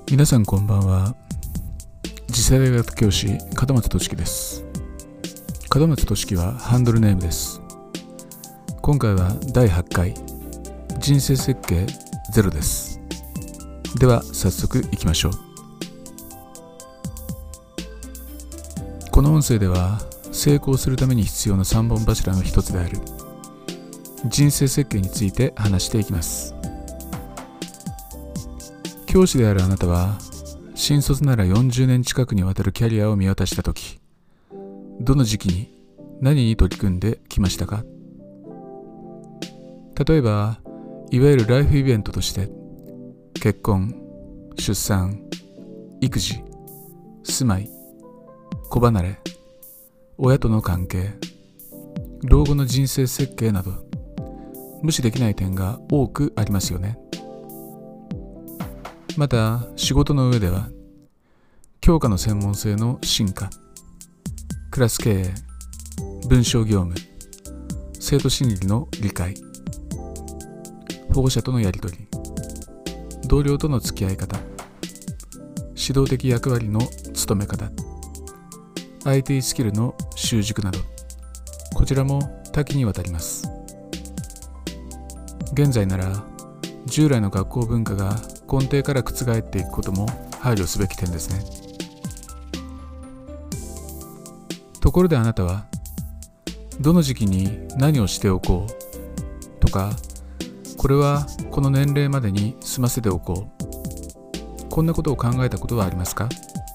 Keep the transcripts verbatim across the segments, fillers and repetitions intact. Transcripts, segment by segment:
皆さんこんばんは。次世代型教師門松俊樹です。門松俊樹はハンドルネームです。今回はだいはちかい人生設計ゼロです。では早速いきましょう。この音声では成功するために必要なさんぼん柱の一つである人生設計について話していきます。教師であるあなたは新卒ならよんじゅうねん近くにわたるキャリアを見渡したとき、どの時期に何に取り組んできましたか？例えばいわゆるライフイベントとして結婚、出産、育児、住まい、子離れ、親との関係、老後の人生設計など無視できない点が多くありますよね。また仕事の上では教科の専門性の進化、クラス経営、文章業務、生徒心理の理解、保護者とのやり取り、同僚との付き合い方、指導的役割の務め方、アイティー スキルの習熟など、こちらも多岐にわたります。現在なら従来の学校文化が根底から覆っていくことも配慮すべき点ですね。ところであなたはどの時期に何をしておこうとか、これはこの年齢までに済ませておこう、こんなことを考えたことはありますか？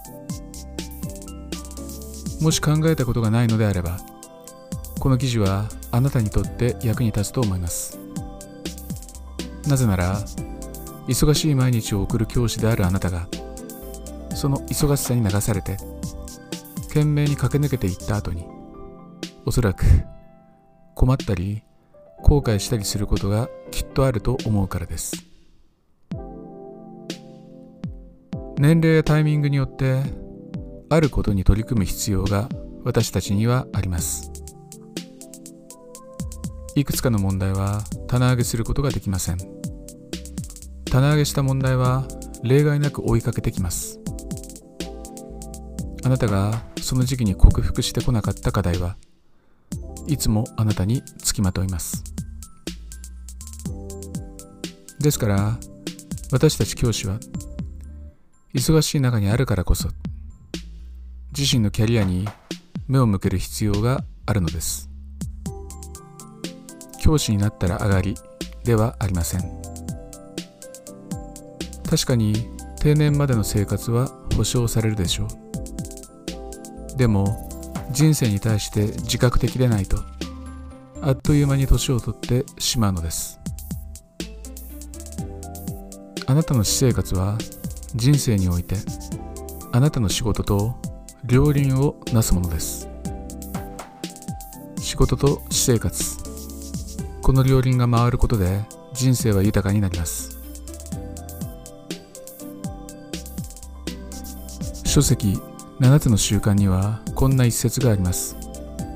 もし考えたことがないのであれば、この記事はあなたにとって役に立つと思います。なぜなら忙しい毎日を送る教師であるあなたがその忙しさに流されて懸命に駆け抜けていった後に、おそらく困ったり後悔したりすることがきっとあると思うからです。年齢やタイミングによってあることに取り組む必要が私たちにはあります。いくつかの問題は棚上げすることができません。棚上げした問題は例外なく追いかけてきます。あなたがその時期に克服してこなかった課題はいつもあなたにつきまといます。ですから私たち教師は忙しい中にあるからこそ自身のキャリアに目を向ける必要があるのです。教師になったら上がりではありません。確かに定年までの生活は保障されるでしょう。でも人生に対して自覚的でないとあっという間に年を取ってしまうのです。あなたの私生活は人生においてあなたの仕事と両輪をなすものです。仕事と私生活、この両輪が回ることで人生は豊かになります。書籍ななつの習慣にはこんな一節があります。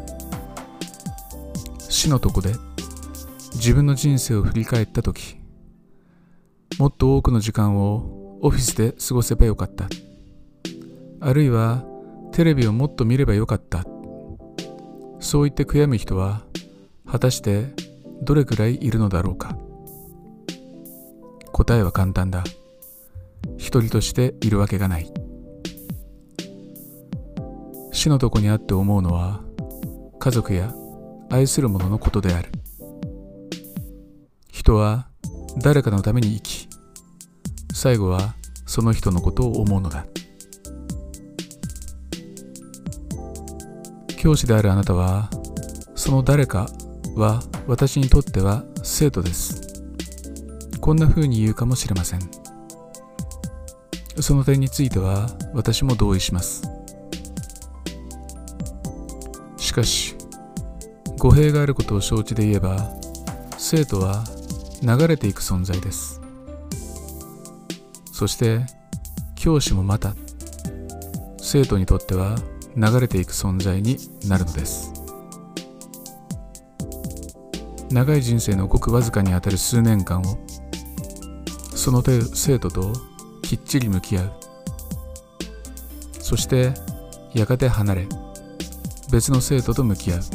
死の床で自分の人生を振り返ったとき、もっと多くの時間をオフィスで過ごせばよかった。あるいはテレビをもっと見ればよかった。そう言って悔やむ人は果たしてどれくらいいるのだろうか。答えは簡単だ。一人としているわけがない。死の床にあって思うのは家族や愛する者のことである。人は誰かのために生き、最後はその人のことを思うのだ。教師であるあなたは、その誰かは私にとっては生徒です。こんな風に言うかもしれません。その点については私も同意します。しかし語弊があることを承知で言えば、生徒は流れていく存在です。そして教師もまた生徒にとっては流れていく存在になるのです。長い人生のごくわずかにあたる数年間をその生徒ときっちり向き合う。そしてやがて離れ、別の生徒と向き合う。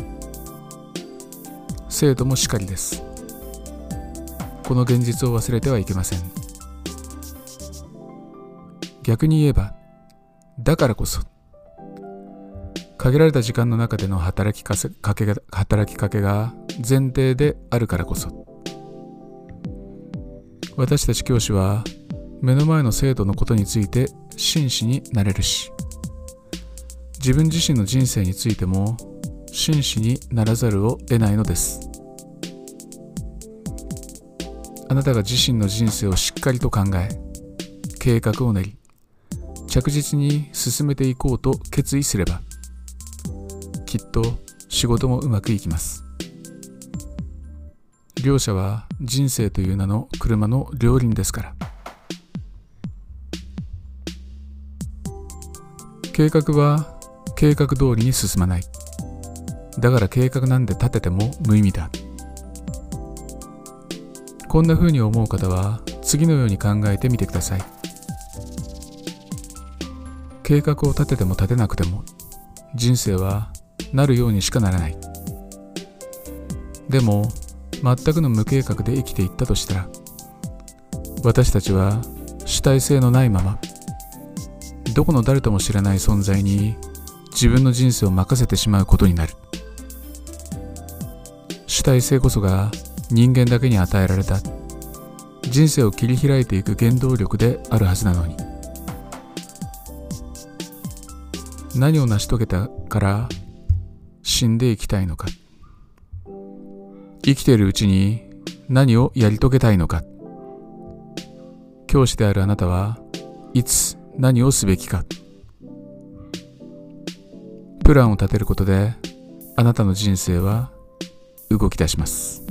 生徒もしかりです。この現実を忘れてはいけません。逆に言えば、だからこそ限られた時間の中での働きかけが、働きかけが前提であるからこそ、私たち教師は目の前の生徒のことについて真摯になれるし、自分自身の人生についても真摯にならざるを得ないのです。あなたが自身の人生をしっかりと考え、計画を練り、着実に進めていこうと決意すれば、きっと仕事もうまくいきます。両者は人生という名の車の両輪ですから。計画は計画通りに進まない。だから計画なんて立てても無意味だ。こんな風に思う方は次のように考えてみてください。計画を立てても立てなくても人生はなるようにしかならない。でも全くの無計画で生きていったとしたら、私たちは主体性のないまま、どこの誰とも知らない存在に自分の人生を任せてしまうことになる。主体性こそが人間だけに与えられた人生を切り開いていく原動力であるはずなのに、何を成し遂げたから死んでいきたいのか、生きているうちに何をやり遂げたいのか、教師であるあなたはいつ何をすべきか、プランを立てることであなたの人生は動き出します。